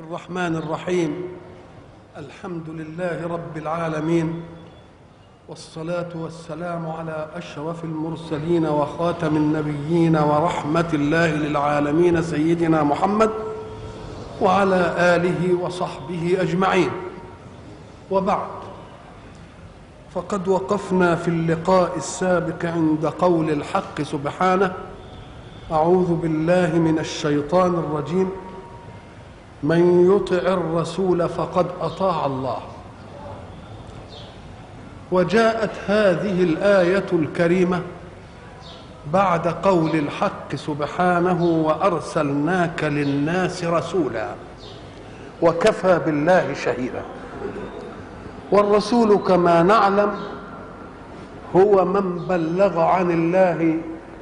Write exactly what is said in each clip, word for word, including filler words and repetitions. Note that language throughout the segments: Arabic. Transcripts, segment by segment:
الرحمن الرحيم. الحمد لله رب العالمين، والصلاة والسلام على أشرف المرسلين وخاتم النبيين ورحمة الله للعالمين سيدنا محمد وعلى آله وصحبه أجمعين. وبعد، فقد وقفنا في اللقاء السابق عند قول الحق سبحانه: أعوذ بالله من الشيطان الرجيم، من يطع الرسول فقد أطاع الله. وجاءت هذه الآية الكريمة بعد قول الحق سبحانه: وأرسلناك للناس رسولا وكفى بالله شهيدا. والرسول كما نعلم هو من بلغ عن الله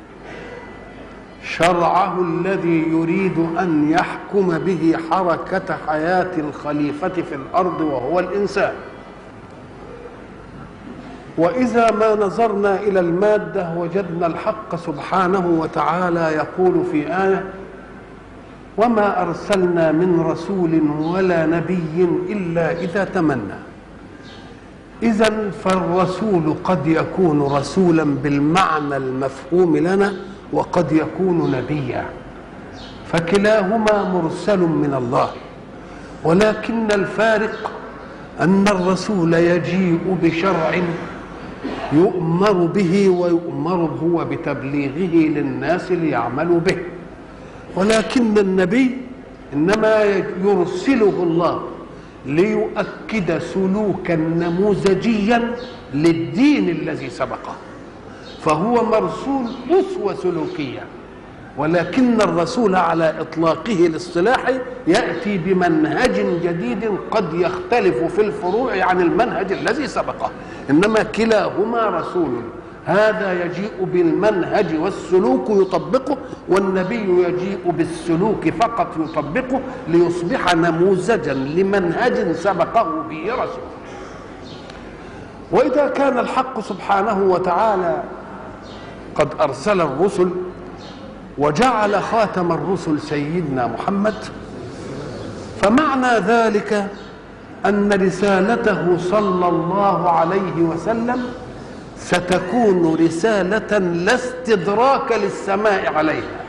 شرعه الذي يريد أن يحكم به حركة حياة الخليفة في الأرض وهو الإنسان. وإذا ما نظرنا إلى المادة وجدنا الحق سبحانه وتعالى يقول في آية: وما أرسلنا من رسول ولا نبي إلا إذا تمنى. إذن فالرسول قد يكون رسولا بالمعنى المفهوم لنا، وقد يكون نبيا، فكلاهما مرسل من الله. ولكن الفارق أن الرسول يجيء بشرع يؤمر به ويؤمر هو بتبليغه للناس ليعملوا به، ولكن النبي إنما يرسله الله ليؤكد سلوكا نموذجيا للدين الذي سبقه، فهو مرسول أسوة سلوكية. ولكن الرسول على إطلاقه الاصطلاحي يأتي بمنهج جديد قد يختلف في الفروع عن المنهج الذي سبقه، إنما كلاهما رسول. هذا يجيء بالمنهج والسلوك يطبقه، والنبي يجيء بالسلوك فقط يطبقه ليصبح نموذجا لمنهج سبقه به رسول. وإذا كان الحق سبحانه وتعالى قد أرسل الرسل وجعل خاتم الرسل سيدنا محمد، فمعنى ذلك أن رسالته صلى الله عليه وسلم ستكون رسالة لا استدراك للسماء عليها.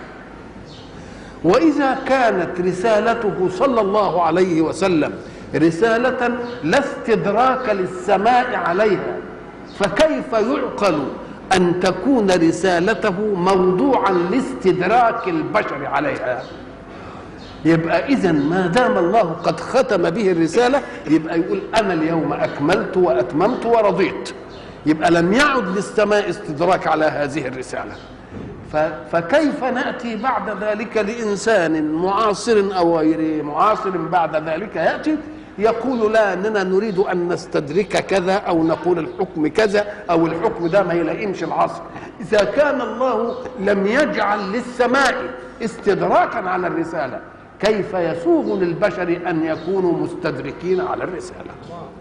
وإذا كانت رسالته صلى الله عليه وسلم رسالة لا استدراك للسماء عليها، فكيف يعقل أن تكون رسالته موضوعا لاستدراك البشر عليها؟ يبقى إذن ما دام الله قد ختم به الرسالة، يبقى يقول: أنا اليوم أكملت وأتممت ورضيت. يبقى لم يعد للسماء استدراك على هذه الرسالة. فكيف نأتي بعد ذلك لإنسان معاصر أو غير معاصر بعد ذلك يأتي يقول: لا، أننا نريد أن نستدرك كذا، أو نقول الحكم كذا، أو الحكم ده ما يلائمش العصر. إذا كان الله لم يجعل للسماء استدراكا على الرسالة، كيف يسوغ للبشر أن يكونوا مستدركين على الرسالة؟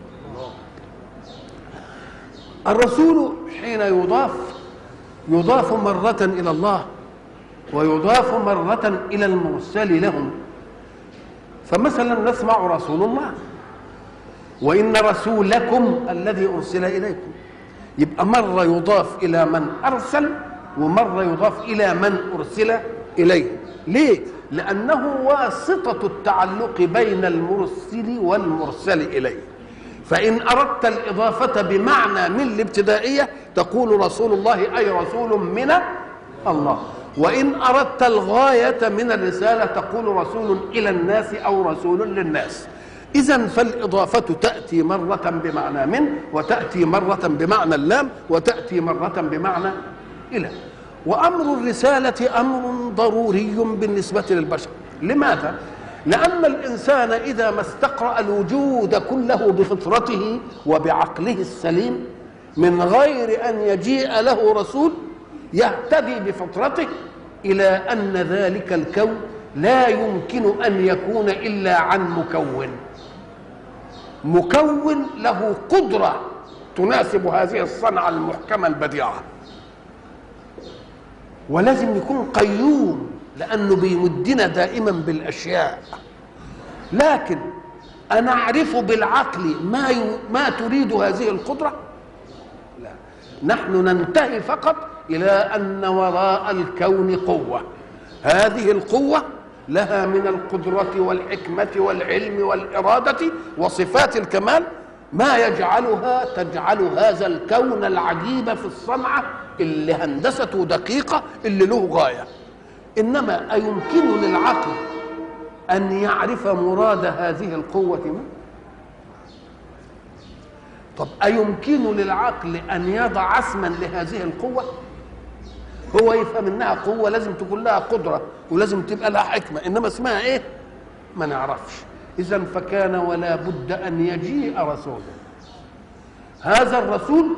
الرسول حين يضاف يضاف مرة إلى الله ويضاف مرة إلى المرسل لهم. فمثلا نسمع رسول الله، وإن رسولكم الذي أرسل إليكم، يبقى مرة يضاف إلى من أرسل ومرة يضاف إلى من أرسل إليه. ليه؟ لأنه واسطة التعلق بين المرسل والمرسل إليه. فإن أردت الإضافة بمعنى من الابتدائية تقول رسول الله أي رسول من الله، وإن أردت الغاية من الرسالة تقول رسول إلى الناس أو رسول للناس. إذن فالإضافة تأتي مرة بمعنى من، وتأتي مرة بمعنى اللام، وتأتي مرة بمعنى إلى. وأمر الرسالة أمر ضروري بالنسبة للبشر. لماذا؟ لأن الإنسان إذا ما استقرأ الوجود كله بفطرته وبعقله السليم من غير أن يجيء له رسول، يهتدي بفطرته إلى أن ذلك الكون لا يمكن أن يكون إلا عن مكون مكون له قدرة تناسب هذه الصنعة المحكمة البديعة، ولازم يكون قيوم لأنه بيمدنا دائما بالأشياء، لكن أنعرف بالعقل ما ي... ما تريد هذه القدرة؟ لا، نحن ننتهي فقط إلى أن وراء الكون قوة، هذه القوة لها من القدرة والحكمة والعلم والإرادة وصفات الكمال ما يجعلها تجعل هذا الكون العجيب في الصنعة اللي هندسته دقيقة اللي له غاية. إنما أيمكن للعقل أن يعرف مراد هذه القوة منه؟ طب أيمكن للعقل أن يضع اسما لهذه القوة؟ هو يفهم إنها قوة لازم تكون لها قدرة ولازم تبقى لها حكمة، إنما اسمها إيه؟ ما نعرفش. إذن فكان ولا بد أن يجيء رسول، هذا الرسول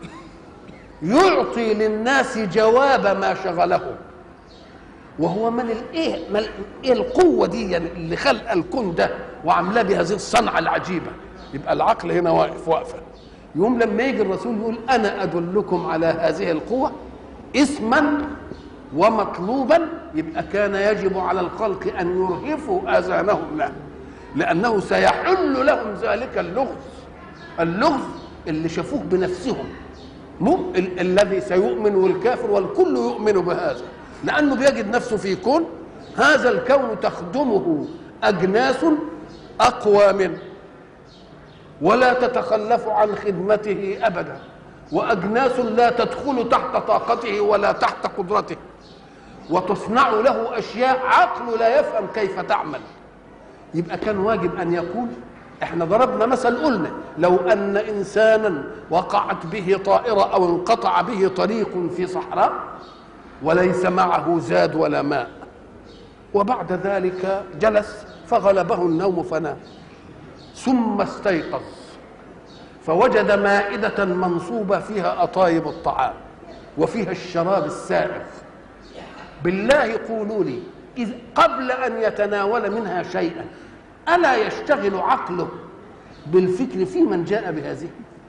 يعطي للناس جواب ما شغلهم، وهو من الايه من ايه القوه دي اللي خلق الكون ده وعاملاه بهذه الصنعه العجيبه. يبقى العقل هنا واقف وقفه. يوم لما يجي الرسول يقول انا ادلكم على هذه القوه اسما ومطلوبا، يبقى كان يجب على الخلق ان يرهفوا اذانهم له، لانه سيحل لهم ذلك اللغز، اللغز اللي شافوه بنفسهم، مو ال- الذي سيؤمن والكافر والكل يؤمن بهذا، لأنه بيجد نفسه في كون، هذا الكون تخدمه أجناس أقوى منه ولا تتخلف عن خدمته أبدا، وأجناس لا تدخل تحت طاقته ولا تحت قدرته، وتصنع له أشياء عقله لا يفهم كيف تعمل. يبقى كان واجب أن يقول، احنا ضربنا مثل قلنا لو أن إنسانا وقعت به طائرة أو انقطع به طريق في صحراء وليس معه زاد ولا ماء، وبعد ذلك جلس فغلبه النوم فنام، ثم استيقظ فوجد مائدة منصوبة فيها أطايب الطعام وفيها الشراب السائغ. بالله قولوا لي، إذ قبل أن يتناول منها شيئا ألا يشتغل عقله بالفكر في من جاء بهذه؟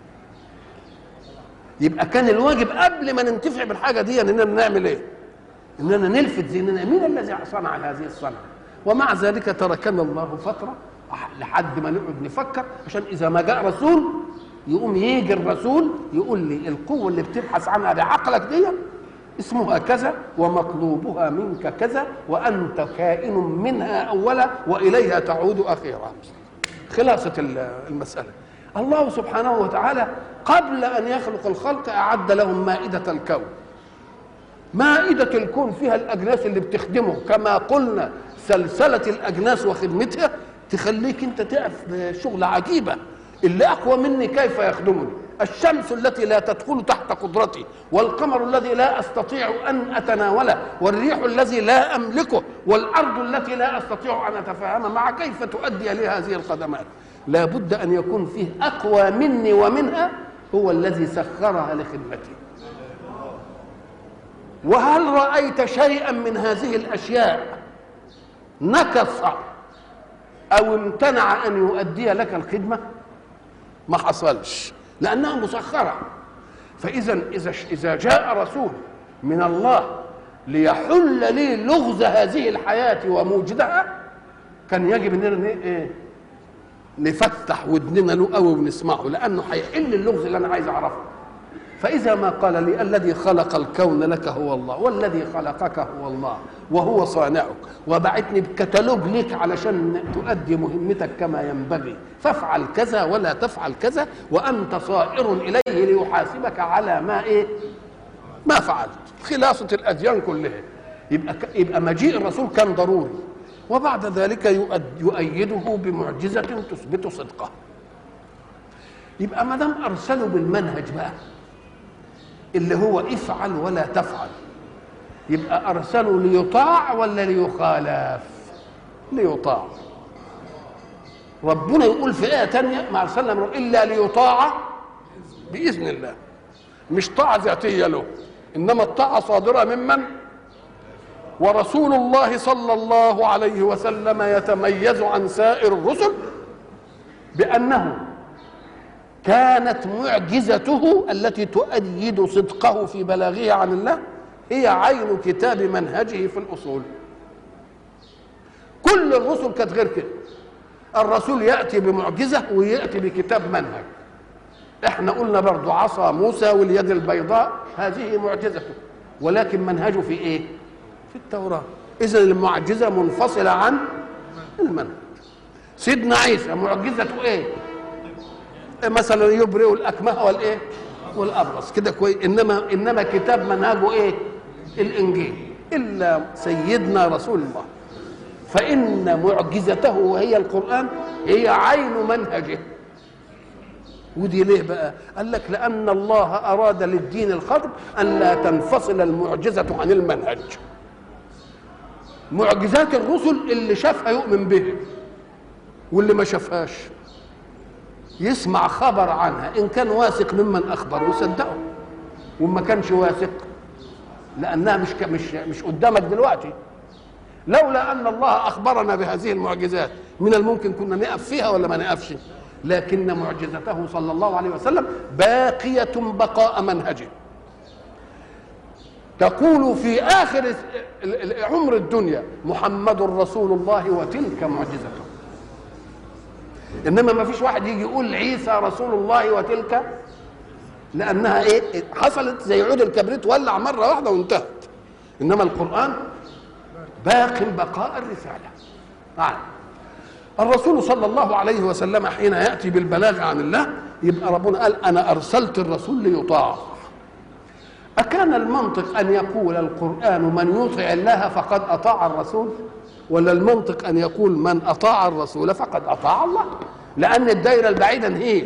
يبقى كان الواجب قبل ما ننتفع بالحاجه دي اننا نعمل ايه؟ اننا نلفت ذهننا مين الذي صنع هذه الصنعه؟ ومع ذلك تركنا الله فتره لحد ما نقعد نفكر، عشان اذا ما جاء رسول يقوم يجي الرسول يقول لي القوه اللي بتبحث عنها بعقلك دي اسمها كذا ومطلوبها منك كذا وانت كائن منها اولا واليها تعود اخيرا. خلاصه المساله، الله سبحانه وتعالى قبل أن يخلق الخلق أعد لهم مائدة الكون. مائدة الكون فيها الأجناس اللي بتخدمه، كما قلنا سلسلة الأجناس وخدمتها تخليك أنت تعرف شغلة عجيبة. اللي أقوى مني كيف يخدمني؟ الشمس التي لا تدخل تحت قدرتي، والقمر الذي لا أستطيع أن أتناوله، والريح الذي لا أملكه، والأرض التي لا أستطيع أن أتفاهم مع كيف تؤدي لي هذه الخدمات. لا بد أن يكون فيه أقوى مني ومنها هو الذي سخرها لخدمتي. وهل رأيت شيئا من هذه الأشياء نكص أو امتنع أن يؤدي لك الخدمة؟ ما حصلش، لأنها مسخرة. فإذا إذا إذا جاء رسول من الله ليحل لي لغز هذه الحياة وموجدها، كان يجب أننا إيه؟ نفتح ودننا له قوي ونسمعه، لانه هيحل اللغز اللي انا عايز اعرفه. فاذا ما قال لي الذي خلق الكون لك هو الله، والذي خلقك هو الله وهو صانعك، وبعتني بكتالوج لك علشان تؤدي مهمتك كما ينبغي، فافعل كذا ولا تفعل كذا، وانت صائر اليه ليحاسبك على ما ايه ما فعلت. خلاصه الاديان كلها. يبقى يبقى مجيء الرسول كان ضروري، وبعد ذلك يؤيده بمعجزة تثبت صدقه. يبقى ما دام أرسلوا بالمنهج بقى اللي هو افعل ولا تفعل، يبقى أرسلوا ليطاع ولا ليخالف؟ ليطاع. ربنا يقول في آية تانية ما أرسلنا من إلا ليطاع بإذن الله، مش طاعة ذاتية له، إنما الطاعة صادرة ممن؟ ورسول الله صلى الله عليه وسلم يتميز عن سائر الرسل بأنه كانت معجزته التي تؤيد صدقه في بلاغه عن الله هي عين كتاب منهجه في الأصول. كل الرسل كانت غير كده، الرسول يأتي بمعجزة ويأتي بكتاب منهج. احنا قلنا برضو عصا موسى واليد البيضاء هذه معجزته، ولكن منهجه في ايه؟ في التوراة. إذن المعجزة منفصلة عن المنهج. سيدنا عيسى معجزته ايه؟ مثلا يبرئ الأكمه والايه؟ والأبرص كده كويس. انما انما كتاب منهجه ايه؟ الإنجيل. إلا سيدنا رسول الله فإن معجزته وهي القرآن هي عين منهجه. ودي ليه بقى؟ قال لك لأن الله أراد للدين الخضر أن لا تنفصل المعجزة عن المنهج. معجزات الرسل اللي شافها يؤمن به، واللي ما شافهاش يسمع خبر عنها، إن كان واثق ممن أخبره يصدقه، وما كانش واثق لأنها مش مش مش قدامك دلوقتي. لولا أن الله أخبرنا بهذه المعجزات من الممكن كنا نقف فيها ولا ما نقفش، لكن معجزته صلى الله عليه وسلم باقية بقاء منهجه. تقول في آخر عمر الدنيا محمد رسول الله وتلك معجزته. إنما ما فيش واحد يجي يقول عيسى رسول الله وتلك، لأنها إيه؟ حصلت زي عود الكبريت ولع مرة واحدة وانتهت. إنما القرآن باق بقاء الرسالة. آه. الرسول صلى الله عليه وسلم حين يأتي بالبلاغ عن الله يبقى ربنا قال أنا أرسلت الرسول ليطاع. أكان المنطق أن يقول القرآن من يطع الله فقد أطاع الرسول، ولا المنطق أن يقول من أطاع الرسول فقد أطاع الله؟ لأن الدائرة البعيدة هي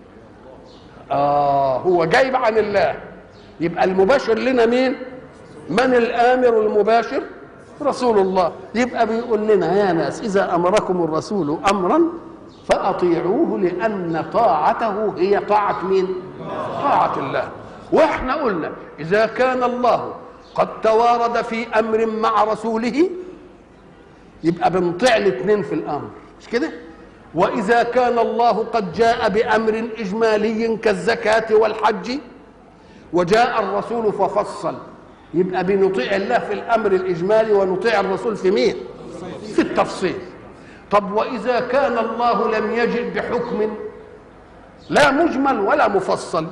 آه هو جايب عن الله. يبقى المباشر لنا مين؟ من الآمر المباشر؟ رسول الله. يبقى بيقول لنا يا ناس إذا أمركم الرسول أمرا فأطيعوه، لأن طاعته هي طاعة مين؟ طاعة الله. واحنا قلنا إذا كان الله قد توارد في أمر مع رسوله يبقى بنطيع الاثنين في الأمر، مش كده؟ وإذا كان الله قد جاء بأمر إجمالي كالزكاة والحج وجاء الرسول ففصل، يبقى بنطيع الله في الأمر الإجمالي ونطيع الرسول في مين؟ في التفصيل. طب وإذا كان الله لم يجد بحكم لا مجمل ولا مفصل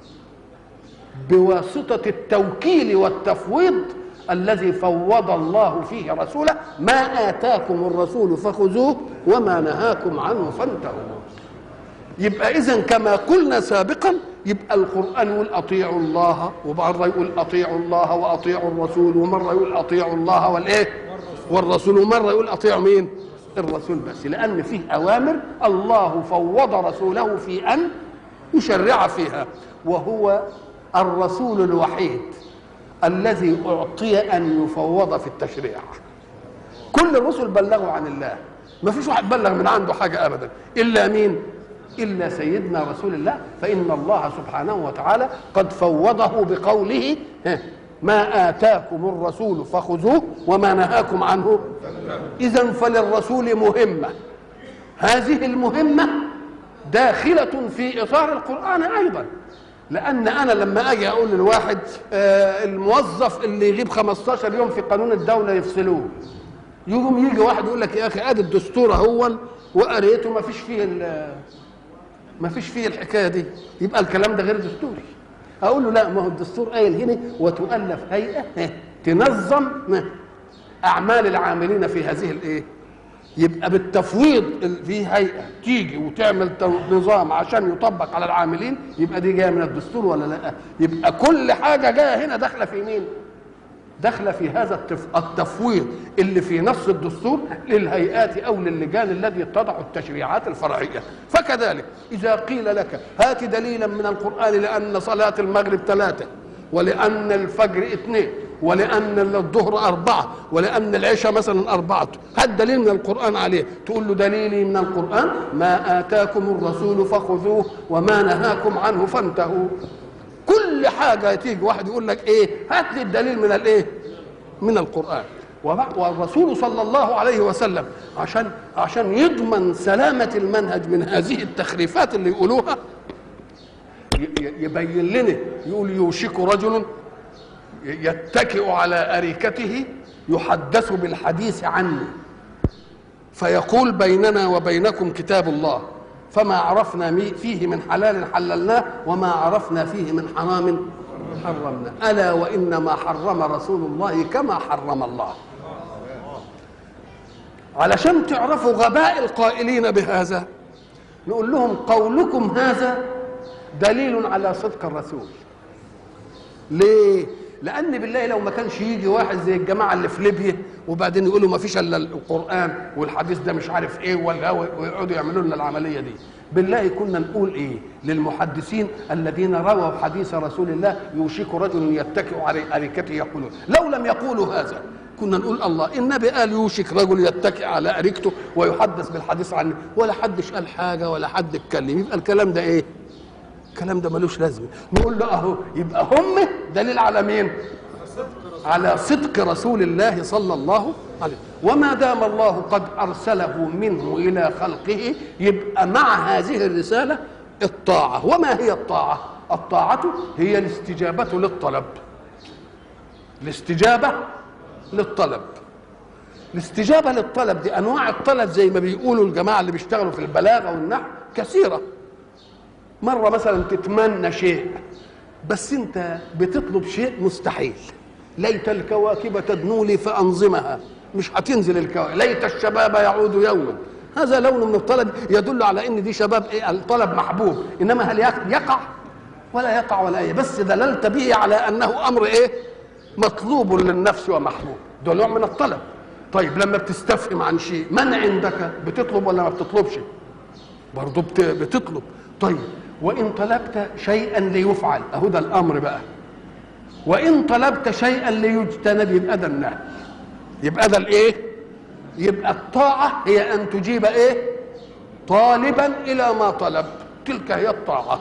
بواسطة التوكيل والتفويض الذي فوض الله فيه رسوله، ما آتاكم الرسول فخذوه وما نهاكم عنه فانتهوا. يبقى إذن كما قلنا سابقا يبقى القرآن يقول أطيعوا الله، ومرة يقول أطيعوا الله وأطيعوا الرسول، ومرة يقول أطيعوا الله والإيه؟ والرسول، ومرة يقول أطيعوا مين؟ الرسول بس، لأن فيه أوامر الله فوض رسوله في أن يشرع فيها، وهو الرسول الوحيد الذي أعطي أن يفوض في التشريع. كل الرسل بلغوا عن الله، ما فيش واحد بلغ من عنده حاجة أبدا إلا مين؟ إلا سيدنا رسول الله. فإن الله سبحانه وتعالى قد فوضه بقوله ما آتاكم الرسول فخذوه وما نهاكم عنه. إذن فللرسول مهمة، هذه المهمة داخلة في إطار القرآن أيضا. لأن أنا لما أجي أقول للواحد آه الموظف اللي يغيب خمستاشر يوم في قانون الدولة يفصلوه، يقوم يجي واحد يقول لك يا أخي أدي الدستور أهون وقريته ما فيش فيه ما فيش فيه الحكاية دي، يبقى الكلام ده غير دستوري. أقول له لا، ما هو الدستور قايل هنا وتؤلف هيئة تنظم أعمال العاملين في هذه الإيه؟ يبقى بالتفويض في هيئة تيجي وتعمل نظام عشان يطبق على العاملين، يبقى دي جاية من الدستور ولا لا؟ يبقى كل حاجة جاية هنا داخلة في مين؟ داخلة في هذا التفويض اللي في نص الدستور للهيئات أو للجان الذي تضع التشريعات الفرعية. فكذلك إذا قيل لك هات دليلا من القرآن لأن صلاة المغرب ثلاثة، ولأن الفجر اثنين، ولأن الظهر أربعة، ولأن العشاء مثلا أربعة، هات دليل من القرآن عليه. تقول له دليلي من القرآن ما آتاكم الرسول فخذوه وما نهاكم عنه فانتهوا. كل حاجة تيجي واحد يقول لك إيه؟ هات لي الدليل من الإيه؟ من القرآن. والرسول صلى الله عليه وسلم عشان عشان يضمن سلامة المنهج من هذه التخريفات اللي يقولوها يبين لنا، يقول يوشك رجل يتكئ على أريكته يحدث بالحديث عني. فيقول بيننا وبينكم كتاب الله فما عرفنا فيه من حلال حللناه وما عرفنا فيه من حرام حرمنا، ألا وإنما حرم رسول الله كما حرم الله. علشان تعرفوا غباء القائلين بهذا نقول لهم قولكم هذا دليل على صدق الرسول. ليه؟ لأن بالله لو ما كانش يجي واحد زي الجماعة اللي في ليبيا وبعدين يقولوا ما فيش إلا القرآن والحديث ده مش عارف إيه ولا ويقعدوا يعملوا لنا العملية دي، بالله كنا نقول إيه للمحدثين الذين رووا حديث رسول الله يوشك رجل يتكئ على أريكته يقولون، لو لم يقولوا هذا كنا نقول الله النبي قال يوشك رجل يتكئ على أريكته ويحدث بالحديث عنه، ولا حدش قال حاجة ولا حد اتكلم، يبقى الكلام ده إيه؟ الكلام ده ملوش لازمه. نقول له اهو يبقى هم دليل على مين؟ على صدق رسول الله صلى الله عليه وسلم. وما دام الله قد ارسله منه الى خلقه يبقى مع هذه الرساله الطاعه. وما هي الطاعه؟ الطاعه هي الاستجابه للطلب. الاستجابه للطلب الاستجابه للطلب دي انواع الطلب زي ما بيقولوا الجماعه اللي بيشتغلوا في البلاغه والنحو كثيره. مرة مثلا تتمنى شيء بس انت بتطلب شيء مستحيل، ليت الكواكب تدنو لي فأنظمها، مش هتنزل الكواكب، ليت الشباب يعود يوما، هذا لون من الطلب يدل على ان دي شباب ايه؟ الطلب محبوب، انما هل يقع ولا يقع ولا ايه؟ بس دللت به على انه امر ايه؟ مطلوب للنفس ومحبوب، ده نوع من الطلب. طيب لما بتستفهم عن شيء من عندك بتطلب ولا ما بتطلبش؟ برضه بتطلب. طيب وإن طلبت شيئا ليفعل أهو ده الأمر بقى، وإن طلبت شيئا ليجتنب يبقى ده النهي، يبقى ده الإيه؟ يبقى الطاعة هي أن تجيب إيه؟ طالبا إلى ما طلب، تلك هي الطاعة.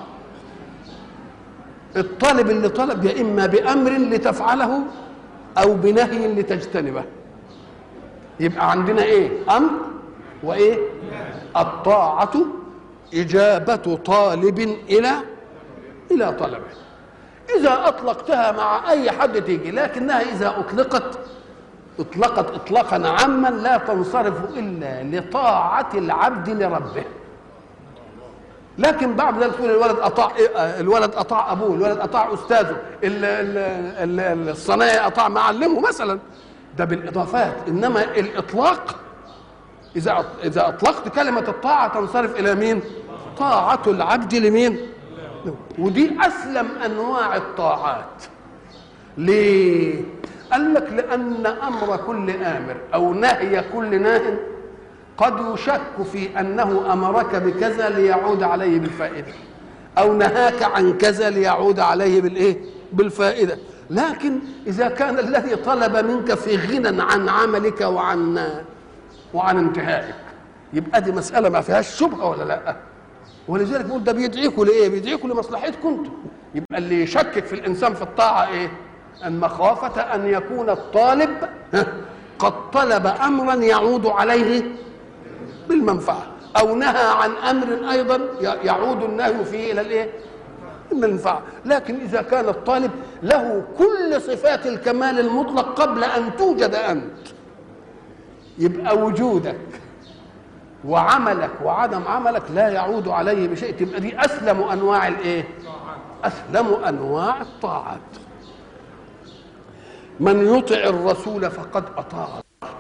الطالب اللي طلب يا إما بأمر لتفعله أو بنهي لتجتنبه، يبقى عندنا إيه؟ أمر وإيه؟ الطاعة إجابة طالب إلى إلى طلبه. إذا أطلقتها مع أي حد تيجي، لكنها إذا أطلقت أطلقت إطلاقا عاما لا تنصرف إلا لطاعة العبد لربه. لكن بعد ذلك تقول الولد أطاع الولد أطاع أبوه، الولد أطاع أستاذه، الصنايعي أطاع معلمه مثلا، ده بالإضافات. إنما الإطلاق إذا إذا أطلقت كلمة الطاعة تنصرف إلى مين؟ طاعة العبد لمين؟ ودي أسلم أنواع الطاعات. ليه؟ قال لك لأن أمر كل آمر أو نهي كل ناه قد يشك في أنه أمرك بكذا ليعود عليه بالفائدة، أو نهاك عن كذا ليعود عليه بالإيه؟ بالفائدة. لكن إذا كان الذي طلب منك في غنى عن عملك وعن وعن انتهائك يبقى دي مسألة ما فيهاش شبهة ولا لا؟ ولذلك بقول ده بيدعيكوا لإيه؟ بيدعيكوا لمصلحتكم انتم. يبقى اللي يشكك في الإنسان في الطاعة إيه؟ أن مخافة أن يكون الطالب قد طلب أمرا يعود عليه بالمنفعة، أو نهى عن أمر أيضا يعود النهي فيه إلى الإيه؟ المنفعة. لكن إذا كان الطالب له كل صفات الكمال المطلق قبل أن توجد أنت، يبقى وجودك وعملك وعدم عملك لا يعود عليه بشيء، تبقى دي أسلم أنواع الإيه؟ أسلم أنواع الطاعات. من يطع الرسول فقد أطاع الله.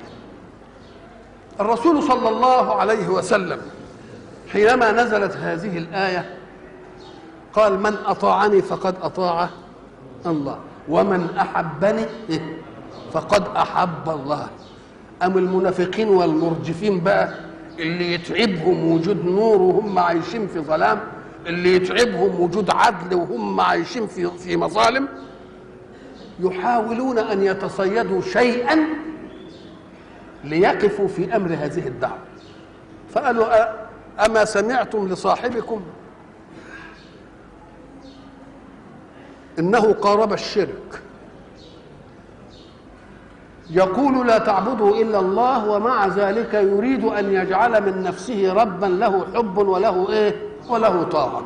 الرسول صلى الله عليه وسلم حينما نزلت هذه الآية قال من أطاعني فقد أطاع الله ومن أحبني فقد أحب الله. أم المنافقين والمرجفين بقى اللي يتعبهم وجود نور وهم عايشين في ظلام، اللي يتعبهم وجود عدل وهم عايشين في في مظالم، يحاولون أن يتصيدوا شيئا ليقفوا في أمر هذه الدعوة. فقالوا أما سمعتم لصاحبكم إنه قارب الشرك، يقول لا تعبدوا إلا الله ومع ذلك يريد أن يجعل من نفسه ربا له حب وله إيه؟ وله طاعة.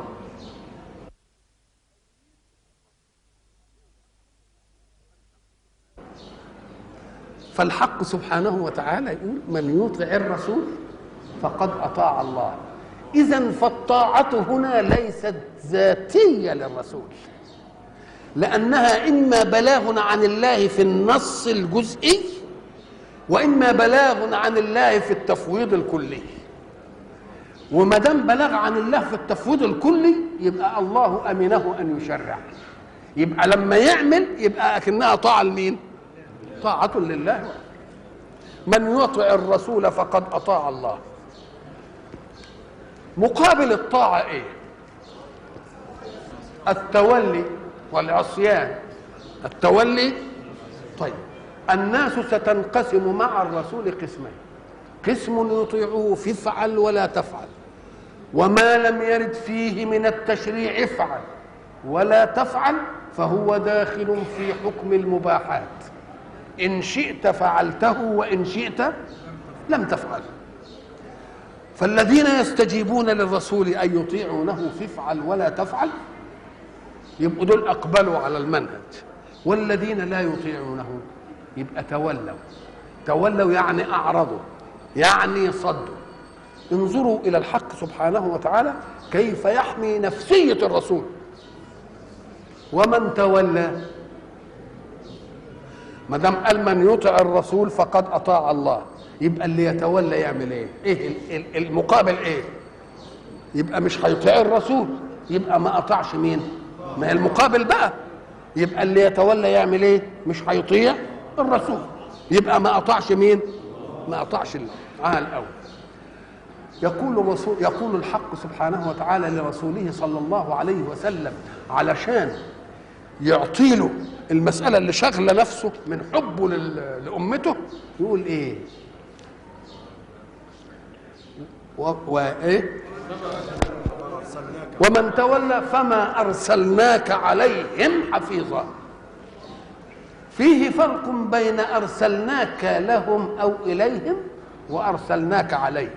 فالحق سبحانه وتعالى يقول من يطع الرسول فقد أطاع الله. إذن فالطاعة هنا ليست ذاتية للرسول، لأنها إما بلاغ عن الله في النص الجزئي، وإما بلاغ عن الله في التفويض الكلي. وما دام بلاغ عن الله في التفويض الكلي يبقى الله أمنه أن يشرع، يبقى لما يعمل يبقى أكنها طاعة لمين؟ طاعة لله. من يطع الرسول فقد أطاع الله. مقابل الطاعة إيه؟ التولي والعصيان. التولي، طيب الناس ستنقسم مع الرسول قسمين: قسم يطيعه في افعل ولا تفعل، وما لم يرد فيه من التشريع افعل ولا تفعل فهو داخل في حكم المباحات، إن شئت فعلته وإن شئت لم تفعل. فالذين يستجيبون للرسول أن يطيعونه في افعل ولا تفعل يبقوا دول أقبلوا على المنهج، والذين لا يطيعونه يبقى تولوا. تولوا يعني أعرضوا، يعني صدوا. انظروا إلى الحق سبحانه وتعالى كيف يحمي نفسية الرسول. ومن تولى، ما دام قال من يطع الرسول فقد أطاع الله، يبقى اللي يتولى يعمل ايه؟ ايه المقابل ايه؟ يبقى مش هيطيع الرسول، يبقى ما أطاعش مين؟ ما المقابل بقى، يبقى اللي يتولى يعمل ايه؟ مش هيطيع الرسول، يبقى ما أطاعش مين؟ ما أطاعش الله. تعال الأول يقول رسول يقول الحق سبحانه وتعالى لرسوله صلى الله عليه وسلم علشان يعطي له المسألة اللي شغلة نفسه من حبه لأمته، يقول ايه؟ وإيه؟ ومن تولى فما أرسلناك عليهم حفيظا. فيه فرق بين أرسلناك لهم أو إليهم وأرسلناك عليهم.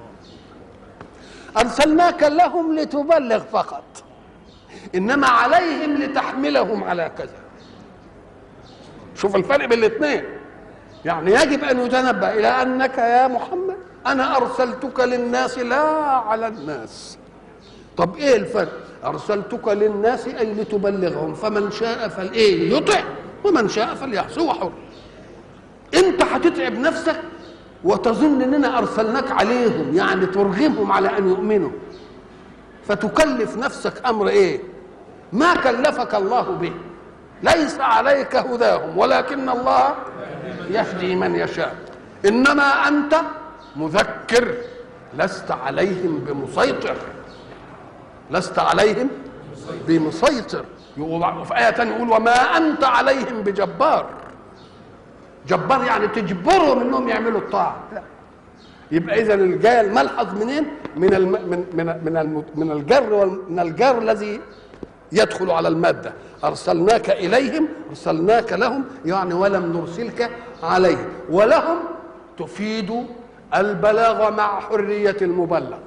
أرسلناك لهم لتبلغ فقط، إنما عليهم لتحملهم على كذا. شوف الفرق بين الاثنين. يعني يجب أن يتنبه إلى أنك يا محمد أنا أرسلتك للناس لا على الناس. طب إيه الفرق؟ أرسلتك للناس أي لتبلغهم، فمن شاء فالإيه يطع ومن شاء فليعصي، هو حر. أنت هتتعب نفسك وتظن أننا أرسلناك عليهم، يعني ترغمهم على أن يؤمنوا، فتكلف نفسك أمر إيه؟ ما كلفك الله به. ليس عليك هداهم ولكن الله يهدي من يشاء، إنما أنت مذكر لست عليهم بمسيطر، لست عليهم بمسيطر. وفي آية تانية يقول وما أنت عليهم بجبار. جبار يعني تجبرهم انهم يعملوا الطاعه. لا. يبقى اذا الجاي الملحظ منين؟ من الم... من من من من الجر من الجر الذي يدخل على الماده. ارسلناك اليهم، ارسلناك لهم، يعني ولم نرسلك عليهم. ولهم تفيد البلاغ مع حريه المبلغ،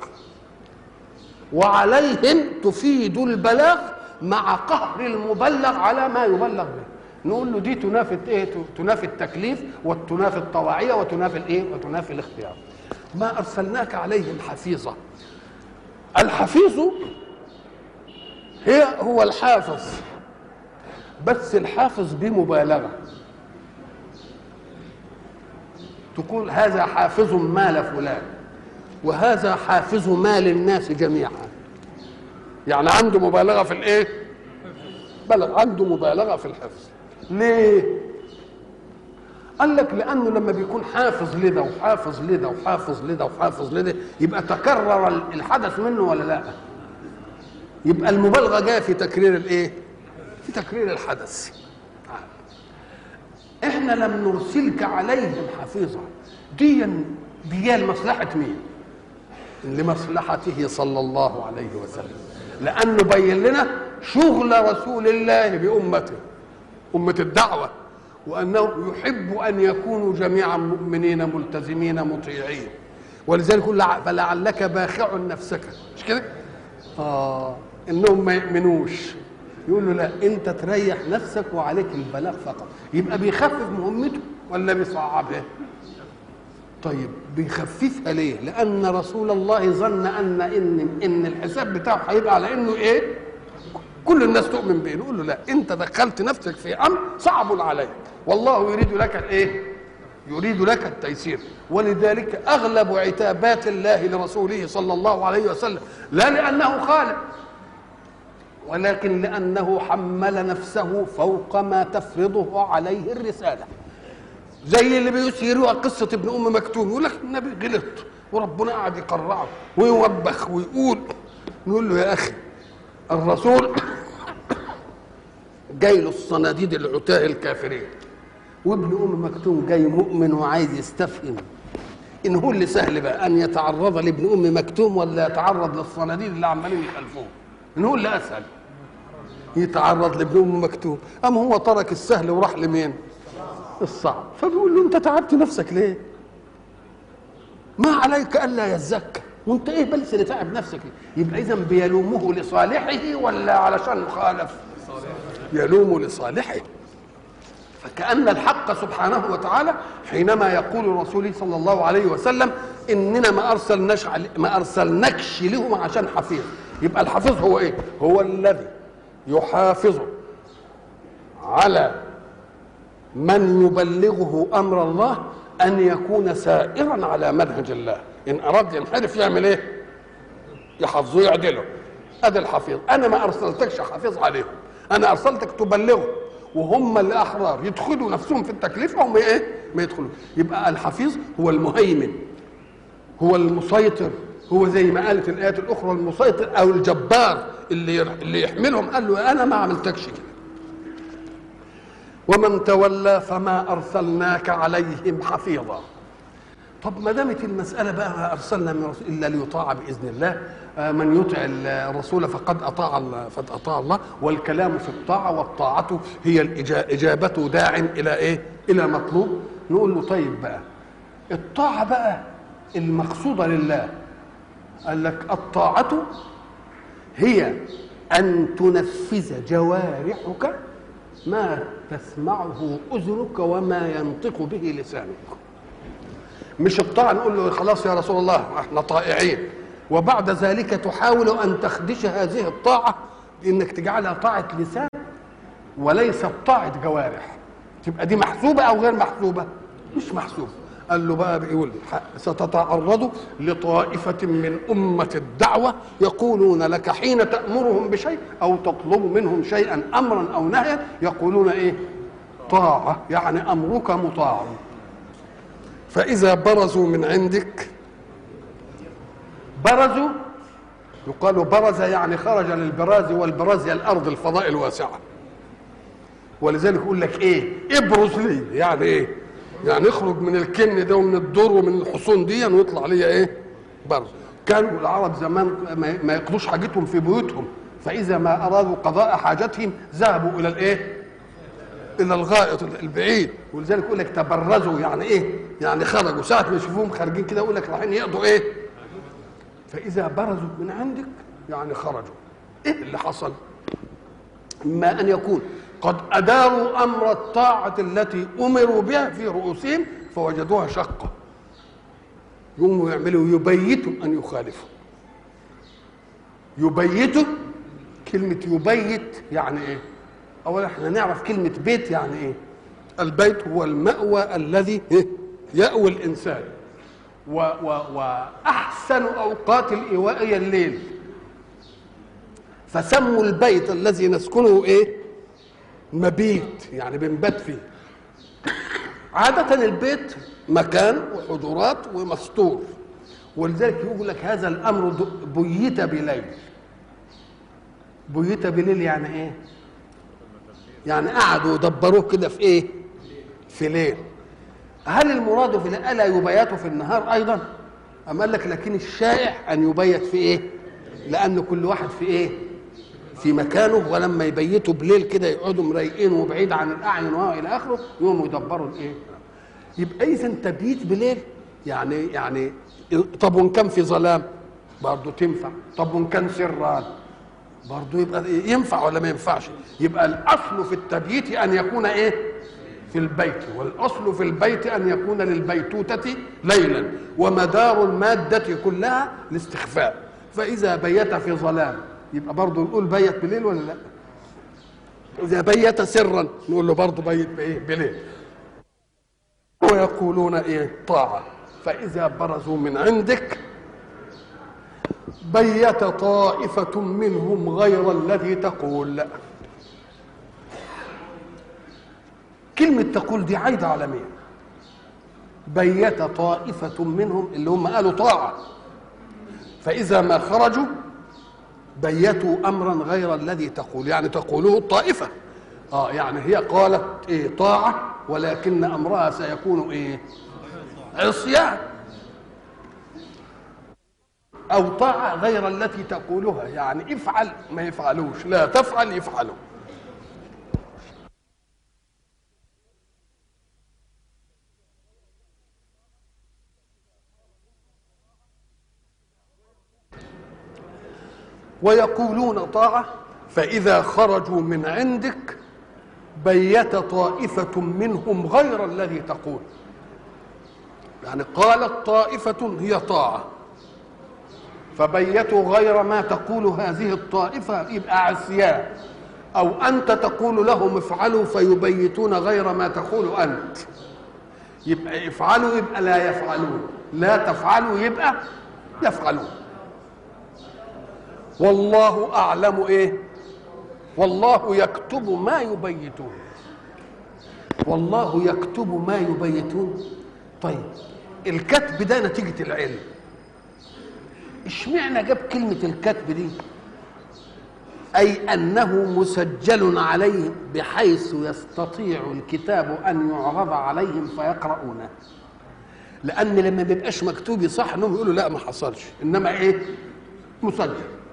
وعليهم تفيد البلاغ مع قهر المبلغ على ما يبلغ به. نقول له دي تنافي ايه؟ تنافي التكليف وتنافي الطواعيه وتنافي الايه؟ وتنافي الاختيار. ما ارسلناك عليهم حفيظا. الحفيظ هي هو الحافظ، بس الحافظ بمبالغه. تقول هذا حافظ مال فلان وهذا حافظ مال الناس جميعا، يعني عنده مبالغه في الايه؟ بلغ عنده مبالغه في الحفظ. ليه؟ قال لك لانه لما بيكون حافظ لده وحافظ لده وحافظ لده وحافظ لده يبقى تكرر الحدث منه ولا لا؟ يبقى المبالغه جايه في تكرير الايه؟ في تكرير الحدث. احنا لم نرسلك عليهم حفيظا، دي دي لمصلحه مين؟ لمصلحته صلى الله عليه وسلم، لانه بين لنا شغل رسول الله بامته، امه الدعوه، وانه يحب ان يكونوا جميعا مؤمنين ملتزمين مطيعين. ولذلك يقول فلعلك باخع نفسك، مش كده؟ اه انهم ما يؤمنوش، يقول له لا انت تريح نفسك وعليك البلاغ فقط. يبقى بيخفف مهمته ولا بيصعبها؟ طيب بيخففها ليه؟ لأن رسول الله ظن أن إن إن الحساب بتاعه هيبقى على إنه إيه؟ كل الناس تؤمن به. نقول له لا، أنت دخلت نفسك في أمر صعب عليك، والله يريد لك الإيه؟ يريد لك التيسير. ولذلك أغلب عتابات الله لرسوله صلى الله عليه وسلم لا لأنه خالق، ولكن لأنه حمل نفسه فوق ما تفرضه عليه الرسالة. زي اللي بيسيروا قصة ابن أم مكتوم، يقول لك النبي غلط وربنا قاعد يقرعه ويوبخ ويقول. نقول له يا أخي الرسول جاي له الصناديد العتاه الكافرين، وابن أم مكتوم جاي مؤمن وعايز يستفهم إن هو اللي سهل بقى أن يتعرض لابن أم مكتوم ولا يتعرض للصناديد اللي عمالين يخالفوه. إن هو اللي أسهل يتعرض لابن أم مكتوم، أما هو ترك السهل وراح لمين؟ الصعب. فبيقول له أنت تعبت نفسك ليه؟ ما عليك ألا يزكى، وأنت إيه بلس اللي تعب نفسك ليه؟ يبقى إذن بيلومه لصالحه ولا علشان مخالف؟ يلومه لصالحه. فكأن الحق سبحانه وتعالى حينما يقول رسوله صلى الله عليه وسلم إننا ما أرسلناش ما أرسلناكش لهم عشان حفيظ، يبقى الحفيظ هو إيه؟ هو الذي يحافظ على من يبلغه أمر الله أن يكون سائرا على منهج الله. إن أراد ينحرف يعمل إيه؟ يحفظه يعدله. هذا الحفيظ. أنا ما أرسلتكش حفيظ عليهم، أنا أرسلتك تبلغه، وهم اللي أحرار يدخلوا نفسهم في التكليف وهم إيه؟ ما يدخلوا. يبقى الحفيظ هو المهيمن، هو المسيطر، هو زي ما قالت الآيات الأخرى المسيطر أو الجبار اللي اللي يحملهم. قال له أنا ما عملتكش كده. ومن تولى فما أرسلناك عليهم حفيظا. طب ما دامت المسألة بقى ما أرسلنا من رسول إلا ليطاع بإذن الله، من يطع الرسول فقد أطاع فقد أطاع الله، والكلام في الطاعة، والطاعة هي الإجابة داع إلى إيه؟ إلى مطلوب. نقول له طيب بقى الطاعة بقى المقصودة لله، قال لك الطاعة هي أن تنفذ جوارحك ما تسمعه أذنك وما ينطق به لسانك. مش الطاعة نقول له خلاص يا رسول الله احنا طائعين، وبعد ذلك تحاول أن تخدش هذه الطاعة بأنك تجعلها طاعة لسان وليست طاعة جوارح. تبقى دي محسوبة أو غير محسوبة؟ مش محسوبة. قال له بقى بيقول ستتعرض لطائفة من أمة الدعوة يقولون لك حين تأمرهم بشيء أو تطلب منهم شيئا أمرا أو نهيا يقولون إيه؟ طاعة، يعني أمرك مطاع. فإذا برزوا من عندك، برزوا يقال برز يعني خرج للبراز، والبراز هي الأرض الفضاء الواسعة. ولذلك يقول لك إيه؟ ابرز لي، يعني إيه؟ يعني اخرج من الكن ده ومن الدور ومن الحصون دي ويطلع لي ايه؟ برز. كانوا العرب زمان ما يقضوش حاجتهم في بيوتهم، فاذا ما ارادوا قضاء حاجتهم ذهبوا الى الايه؟ الى الغائط البعيد. ولذلك يقول لك تبرزوا، يعني ايه؟ يعني خرجوا. ساعه ما يشوفوهم خارجين كده يقول لك رايحين يقضوا ايه؟ فاذا برزوا من عندك يعني خرجوا. ايه اللي حصل؟ اما ان يكون قد أداروا أمر الطاعة التي أمروا بها في رؤوسهم فوجدوها شقة، يقوموا يعملوا يبيتوا أن يخالفوا. يبيتوا، كلمة يبيت يعني إيه؟ أولا احنا نعرف كلمة بيت يعني إيه؟ البيت هو المأوى الذي يأوي الإنسان، و و وأحسن أوقات الإيواء هي الليل، فسموا البيت الذي نسكنه إيه؟ مبيت، يعني بنبات فيه. عادة البيت مكان وحجرات ومستور، ولذلك يقول لك هذا الأمر بيت بليل. بيت بليل يعني إيه؟ يعني قعدوا يدبروه كده في إيه؟ في ليل. هل المراد في ألا يبيت في النهار أيضا؟ أم قال لك لكن الشائع أن يبيت في إيه؟ لأن كل واحد في إيه؟ في مكانه، ولما يبيتوا بليل كده يقعدوا مريقين وبعيد عن الاعين والى اخره يقوموا يدبروا الايه. يبقى اذا تبييت بليل يعني يعني طب وان كان في ظلام برضه تنفع، طب وان كان سران برضه يبقى ينفع ولا ما ينفعش؟ يبقى الاصل في التبييت ان يكون ايه؟ في البيت، والأصل في البيت أن يكون للبيتوتة ليلا، ومدار المادة كلها الاستخفاء. فإذا بيت في ظلام يبقى برضه نقول بيت بليل ولا لا؟ إذا بيت سرا نقول له برضه بيت بإيه؟ بليل. ويقولون إيه؟ طاعة. فإذا برزوا من عندك بيت طائفة منهم غير الذي تقول. كلمة تقول دي عايدة على مين؟ بيت طائفة منهم اللي هم قالوا طاعة، فإذا ما خرجوا بيتوا أمرا غير الذي تقول، يعني تقوله الطائفة. آه يعني هي قالت إيه؟ طاعة، ولكن أمرها سيكون إيه؟ عصيان، أو طاعة غير التي تقولها، يعني افعل ما يفعلوش، لا تفعل يفعلوا. ويقولون طاعة فإذا خرجوا من عندك بيت طائفة منهم غير الذي تقول. يعني قالت طائفة هي طاعة فبيتوا غير ما تقول هذه الطائفة، يبقى عصيان. أو أنت تقول لهم افعلوا فيبيتون غير ما تقول أنت، يبقى افعلوا يبقى لا يفعلون، لا تفعلوا يبقى يفعلون. والله أعلم إيه؟ والله يكتب ما يبيتون. والله يكتب ما يبيتون. طيب الكتب ده نتيجة العلم، اشمعنى جاب كلمة الكتب دي؟ أي أنه مسجل عليهم بحيث يستطيع الكتاب أن يعرض عليهم فيقرؤونه. لأن لما بيبقاش مكتوب صح انهم يقولوا لا ما حصلش، إنما إيه؟ مسجل.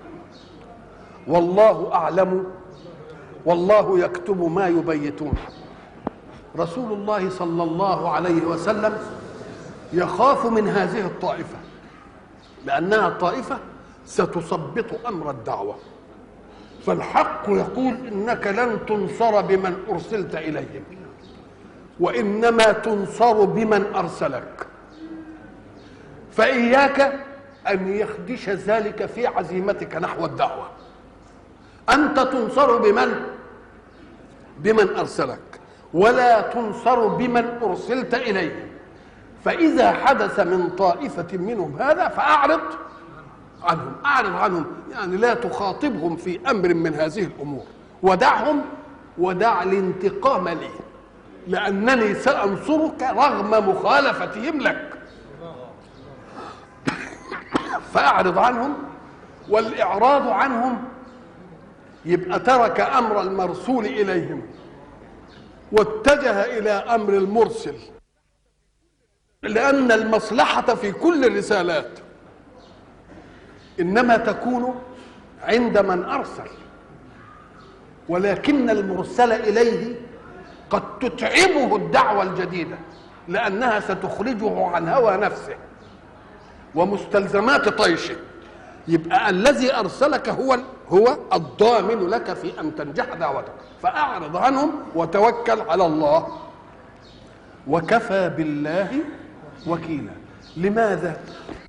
والله أعلم والله يكتب ما يبيتون. رسول الله صلى الله عليه وسلم يخاف من هذه الطائفة، لأنها الطائفة ستثبط أمر الدعوة. فالحق يقول إنك لن تنصر بمن أرسلت إليهم، وإنما تنصر بمن أرسلك. فإياك أن يخدش ذلك في عزيمتك نحو الدعوة. أنت تنصر بمن؟ بمن أرسلك، ولا تنصر بمن أرسلت إليه. فإذا حدث من طائفة منهم هذا فأعرض عنهم، أعرض عنهم يعني لا تخاطبهم في أمر من هذه الأمور، ودعهم ودع الانتقام لي، لأنني سأنصرك رغم مخالفتهم لك. فأعرض عنهم. والإعراض عنهم يبقى ترك أمر المرسول إليهم واتجه إلى أمر المرسل، لأن المصلحة في كل الرسالات إنما تكون عند من أرسل، ولكن المرسل إليه قد تتعبه الدعوة الجديدة، لأنها ستخرجه عن هوى نفسه ومستلزمات طيشه. يبقى الذي أرسلك هو هو الضامن لك في أن تنجح دعوتك. فأعرض عنهم وتوكل على الله، وكفى بالله وكيلا. لماذا؟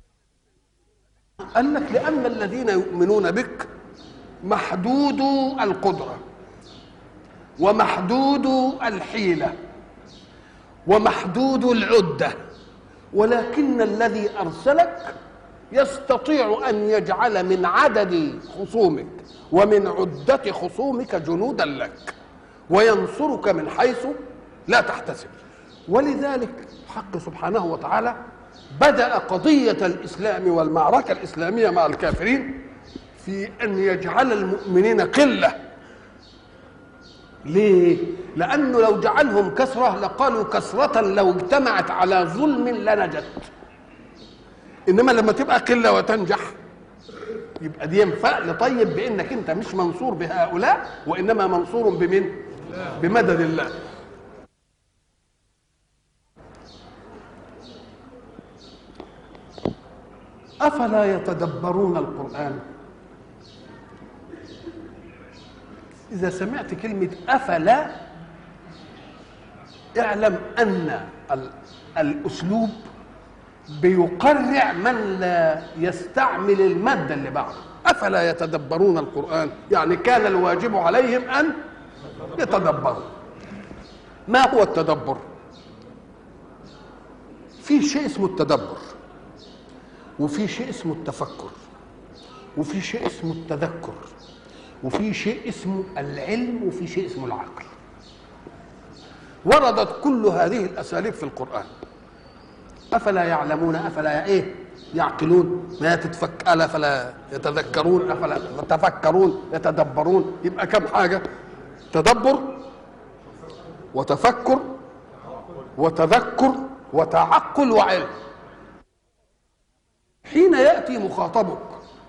قال لك لأن الذين يؤمنون بك محدود القدرة ومحدود الحيلة ومحدود العدة، ولكن الذي أرسلك يستطيع أن يجعل من عدد خصومك ومن عدة خصومك جنودا لك، وينصرك من حيث لا تحتسب. ولذلك حق سبحانه وتعالى بدأ قضية الإسلام والمعركة الإسلامية مع الكافرين في أن يجعل المؤمنين قلة. ليه؟ لأنه لو جعلهم كثرة لقالوا كثرة لو اجتمعت على ظلم لنجت، إنما لما تبقى قلة وتنجح يبقى دي فأل طيب بأنك أنت مش منصور بهؤلاء، وإنما منصور بمن؟ بمدد الله. أفلا يتدبرون القرآن؟ إذا سمعت كلمة أفلا اعلم ان الاسلوب بيقرع من لا يستعمل الماده اللي بعده. افلا يتدبرون القران؟ يعني كان الواجب عليهم ان يتدبروا. ما هو التدبر؟ في شيء اسمه التدبر، وفي شيء اسمه التفكر، وفي شيء اسمه التذكر، وفي شيء اسمه العلم، وفي شيء اسمه العقل. وردت كل هذه الاساليب في القران. افلا يعلمون، افلا ايه يعقلون، ما تتفك الا فلا يتذكرون، افلا يتفكرون، يتدبرون. يبقى كم حاجه؟ تدبر وتفكر وتذكر وتعقل وعلم. حين ياتي مخاطبك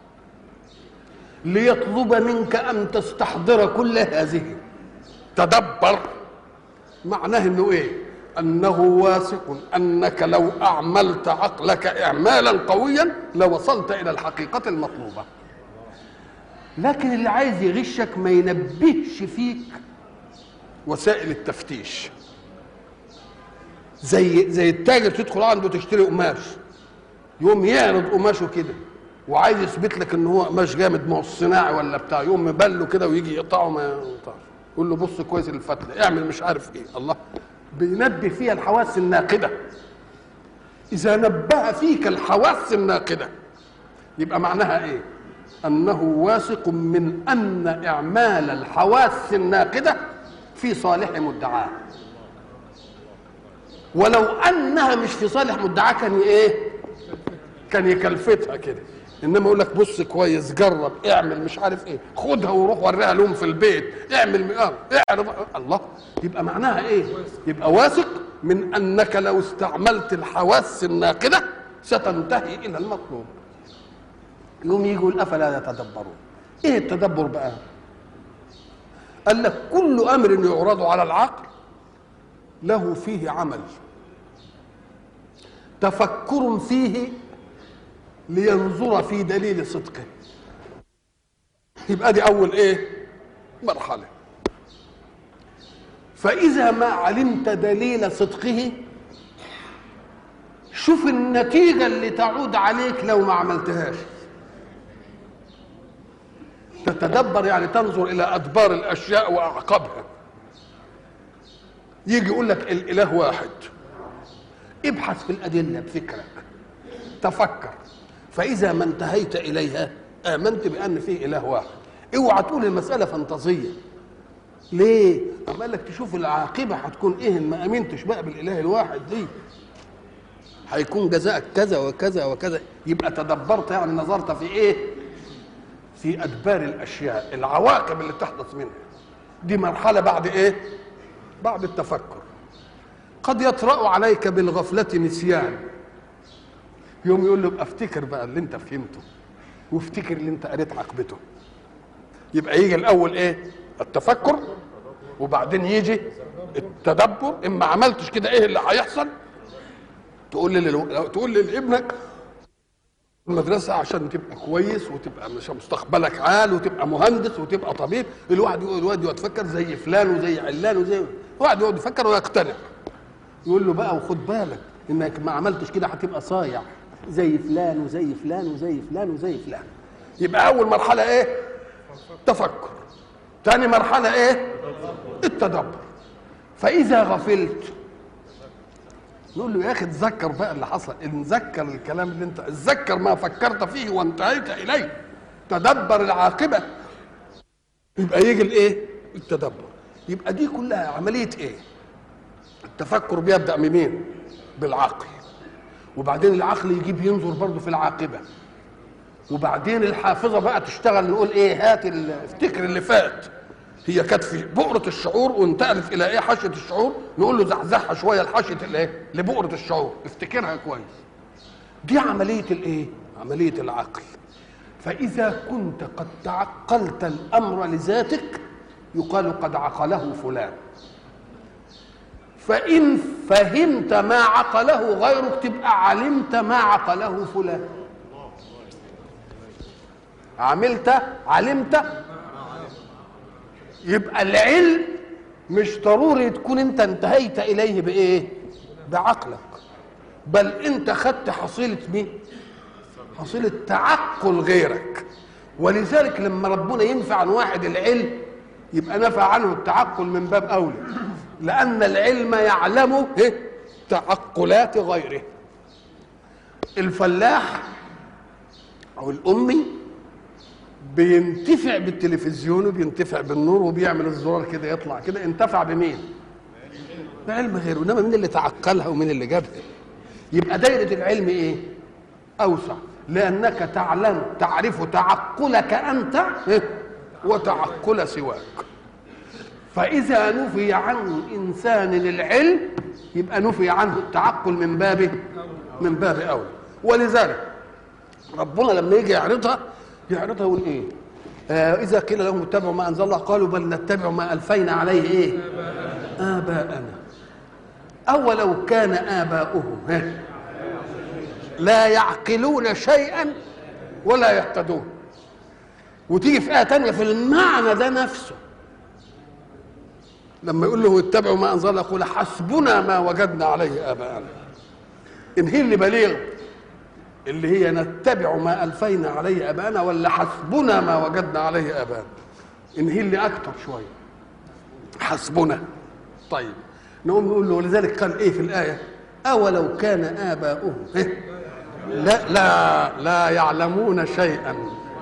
ليطلب منك ان تستحضر كل هذه، تدبر، معناه انه ايه؟ انه واثق انك لو اعملت عقلك اعمالا قويا لوصلت الى الحقيقه المطلوبه. لكن اللي عايز يغشك ما ينبهش فيك وسائل التفتيش. زي زي التاجر تدخل عنده تشتري قماش، يقوم يعرض قماشه كده وعايز يثبت لك ان هو قماش جامد، ما هو الصناعي ولا بتاع، يقوم مبله كده ويجي يقطعه ما يقطعش، يقول له بص كويس الفتله، اعمل مش عارف ايه. الله بينبه فيها الحواس الناقده. اذا نبه فيك الحواس الناقده يبقى معناها ايه؟ انه واثق من ان اعمال الحواس الناقده في صالح مدعاه، ولو انها مش في صالح مدعاه كان ايه؟ كان يكلفتها كده. انما يقول لك بص كويس، جرب، اعمل مش عارف ايه، خدها وروح وريها لهم في البيت، اعمل اه اعرض. الله، يبقى معناها ايه؟ يبقى واثق من انك لو استعملت الحواس الناقده ستنتهي الى المطلوب. يوم يجي يقول افلا يتدبرون. ايه التدبر بقى؟ قال لك كل امر يعرض على العقل له فيه عمل، تفكر فيه لينظر في دليل صدقه. يبقى دي اول ايه؟ مرحله. فاذا ما علمت دليل صدقه شوف النتيجه اللي تعود عليك لو ما عملتهاش. تتدبر يعني تنظر الى ادبار الاشياء واعقابها. يجي يقول لك الاله واحد، ابحث في الادله بفكرك، تفكر، فاذا ما انتهيت اليها امنت بان فيه اله واحد. اوعى تقول المساله فانتازيه. ليه؟ اما قال لك تشوف العاقبه هتكون ايه ان ما امنتش بقى بالاله الواحد دي، هيكون جزاءك كذا وكذا وكذا. يبقى تدبرت يعني نظرت في ايه؟ في ادبار الاشياء، العواقب اللي تحدث منها. دي مرحله بعد ايه؟ بعد التفكر. قد يطرأ عليك بالغفله نسيان، يوم يقول له افتكر بقى اللي انت فهمته وافتكر اللي انت قريت عقبته. يبقى يجي الاول ايه؟ التفكر، وبعدين يجي التدبر. اما عملتش كده ايه اللي هيحصل؟ تقول لي تقول لي لابنك المدرسه عشان تبقى كويس وتبقى مش مستقبلك عال وتبقى مهندس وتبقى طبيب. الواحد يقعد الواحد يتفكر زي فلان وزي علان وزي واحد يقعد يفكر ويقتنع. يقول له بقى وخد بالك انك ما عملتش كده هتبقى صايع زي فلان وزي فلان وزي فلان وزي فلان. يبقى اول مرحله ايه؟ تفكر. ثاني مرحله ايه؟ التدبر. فاذا غفلت نقول له يا اخي تذكر بقى اللي حصل، نذكر الكلام اللي انت تذكر ما فكرت فيه وانتهيت اليه، تدبر العاقبه. يبقى يجي الايه؟ التدبر. يبقى دي كلها عمليه ايه؟ التفكر بيبدا بمين؟ بالعقل، وبعدين العقل يجيب ينظر برضه في العاقبه، وبعدين الحافظه بقى تشتغل. نقول ايه؟ هات افتكر اللي فات، هي كانت في بؤره الشعور وانتقلت الى ايه؟ حاشيه الشعور. نقول له زحزحها شويه لحاشيه الايه؟ لبؤره الشعور، افتكرها كويس. دي عمليه الايه؟ عمليه العقل. فاذا كنت قد تعقلت الامر لذاتك يقال قد عقله فلان. فان فهمت ما عقله غيرك تبقى علمت ما عقله فلان. عملت علمت. يبقى العلم مش ضروري تكون انت انتهيت اليه بايه؟ بعقلك، بل انت خدت حصيله مين؟ حصيله تعقل غيرك. ولذلك لما ربنا ينفع عن واحد العلم يبقى نفع عنه التعقل من باب اولى، لان العلم يعلم تعقلات غيره. الفلاح او الامي بينتفع بالتلفزيون وبينتفع بالنور وبيعمل الزرار كده يطلع كده، انتفع بمين؟ بعلم غيره. انما مين اللي تعقلها ومين اللي جابها؟ يبقى دايره العلم ايه؟ اوسع، لانك تعلم تعرف تعقلك انت وتعقل سواك. فاذا نفي عن انسان العلم يبقى نفي عنه التعقل من باب من باب اولى. ولذلك ربنا لما يجي يعرضها يعرضها يقول ايه؟ آه اذا قيل لهم اتبعوا ما انزل الله قالوا بل نتبع ما الفينا عليه ايه؟ اباءنا. اولو كان اباؤهم لا يعقلون شيئا ولا يهتدون. وتيجي في آية تانية في المعنى ده نفسه لما يقول له اتبعوا ما انزل الله يقول حسبنا ما وجدنا عليه اباءنا. ان هي اللي بليغ اللي هي نتبع ما الفينا عليه اباءنا ولا حسبنا ما وجدنا عليه اباءنا؟ ان هي اللي اكتر شويه حسبنا. طيب نقوم نقول له ولذلك قال ايه في الايه؟ اولو كان اباؤهم لا لا لا يعلمون شيئا.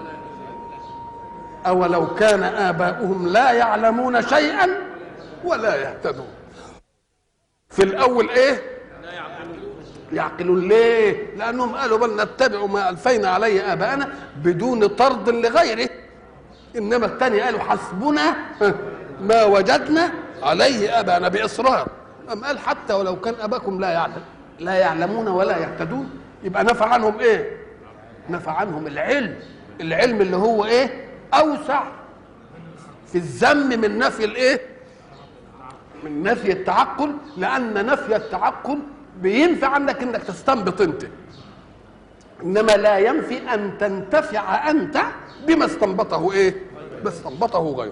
اولو كان اباؤهم لا يعلمون شيئا ولا يهتدون. في الاول ايه؟ يعقلون. ليه؟ لانهم قالوا بل نتبع ما الفينا عليه اباءنا بدون طرد لغيره. انما الثاني قالوا حسبنا ما وجدنا عليه اباءنا باصرار. ام قال حتى ولو كان اباكم لا يعلم لا يعلمون ولا يهتدون، يبقى نفع عنهم ايه؟ نفع عنهم العلم. العلم اللي هو ايه؟ اوسع في الذم من نفي الايه؟ من نفي التعقل، لان نفي التعقل بينفع عنك انك تستنبط انت، انما لا ينفي ان تنتفع انت بما استنبطه ايه؟ بما استنبطه غيره.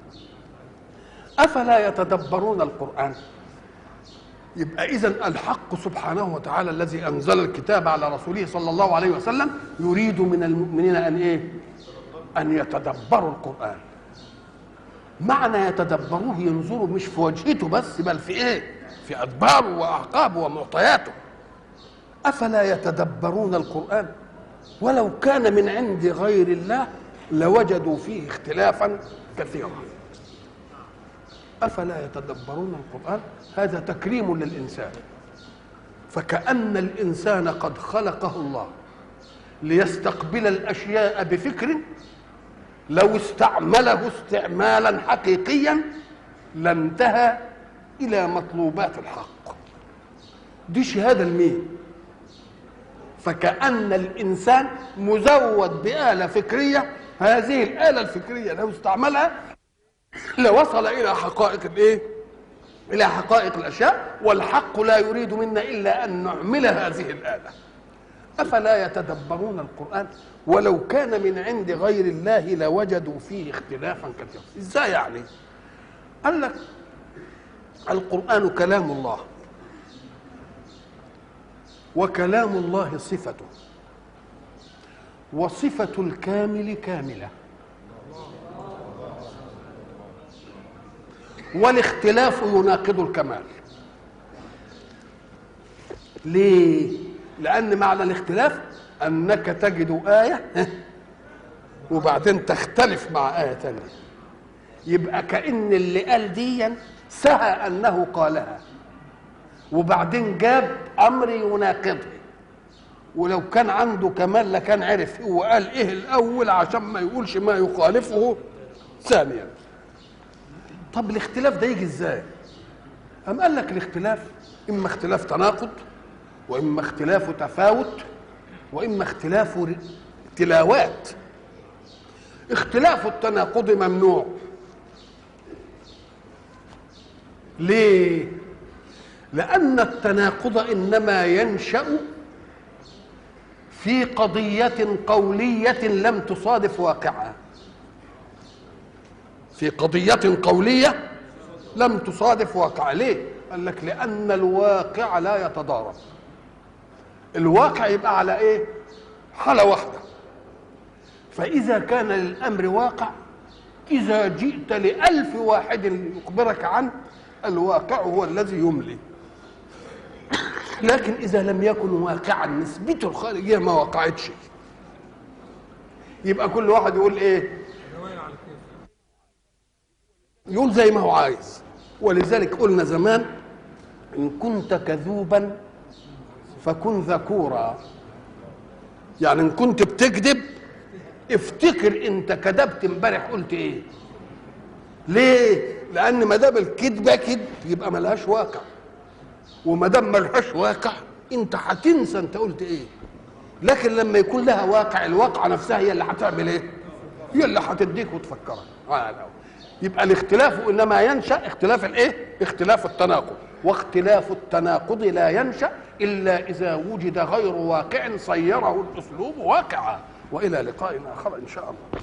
افلا يتدبرون القران؟ يبقى اذن الحق سبحانه وتعالى الذي انزل الكتاب على رسوله صلى الله عليه وسلم يريد من المؤمنين ان ايه؟ ان يتدبروا القران. معنى يتدبروه ينظروا مش في وجهته بس، بل في ايه؟ في ادباره واعقابه ومعطياته. افلا يتدبرون القران ولو كان من عند غير الله لوجدوا فيه اختلافا كثيرا. افلا يتدبرون القران؟ هذا تكريم للانسان، فكأن الانسان قد خلقه الله ليستقبل الاشياء بفكر لو استعمله استعمالا حقيقيا لانتهى الى مطلوبات الحق. دي شهاده لمين؟ فكأن الانسان مزود بآلة فكريه، هذه الآلة الفكريه لو استعملها لوصل الى حقائق الايه؟ الى حقائق الاشياء، والحق لا يريد منا الا ان نعمل هذه الآلة. افلا يتدبرون القرآن ولو كان من عند غير الله لوجدوا فيه اختلافا كثيرا. ازاي يعني؟ قال لك القرآن كلام الله، وكلام الله صفته، وصفة الكامل كاملة، والاختلاف يناقض الكمال. ليه؟ لأن معنى الاختلاف أنك تجد آية وبعدين تختلف مع آية تانية، يبقى كأن اللي قال ديا سهى أنه قالها وبعدين جاب أمر يناقضه، ولو كان عنده كمال لكان عرف هو قال إيه الأول عشان ما يقولش ما يخالفه ثانيا. طب الاختلاف ده يجي إزاي؟ أم قال لك الاختلاف إما اختلاف تناقض، وإما اختلاف تفاوت، وإما اختلاف تلاوات. اختلاف التناقض ممنوع. ليه؟ لأن التناقض إنما ينشأ في قضية قولية لم تصادف واقعها. في قضية قولية لم تصادف واقع. ليه؟ قال لك لأن الواقع لا يتضارب. الواقع يبقى على ايه؟ حالة واحدة. فإذا كان للأمر واقع، إذا جئت لألف واحد يخبرك عنه، الواقع هو الذي يملي. لكن إذا لم يكن واقعا، نسبته الخارجية ما وقعتش، يبقى كل واحد يقول ايه؟ يقول زي ما هو عايز. ولذلك قلنا زمان: إن كنت كذوبا فكن ذكورا. يعني إن كنت بتكذب افتكر انت كذبت امبارح قلت ايه. ليه؟ لان ما دام الكذبه كذب يبقى ملهاش واقع، وما دام ملهاش واقع انت هتنسى انت قلت ايه. لكن لما يكون لها واقع، الواقع نفسها هي اللي هتعمل ايه؟ هي اللي هتديك وتفكرك. آه يبقى الاختلاف انما ينشا اختلاف الايه؟ اختلاف التناقض. واختلاف التناقض لا ينشا الا اذا وجد غير واقع صيره الاسلوب واقعا. والى لقاء اخر ان شاء الله.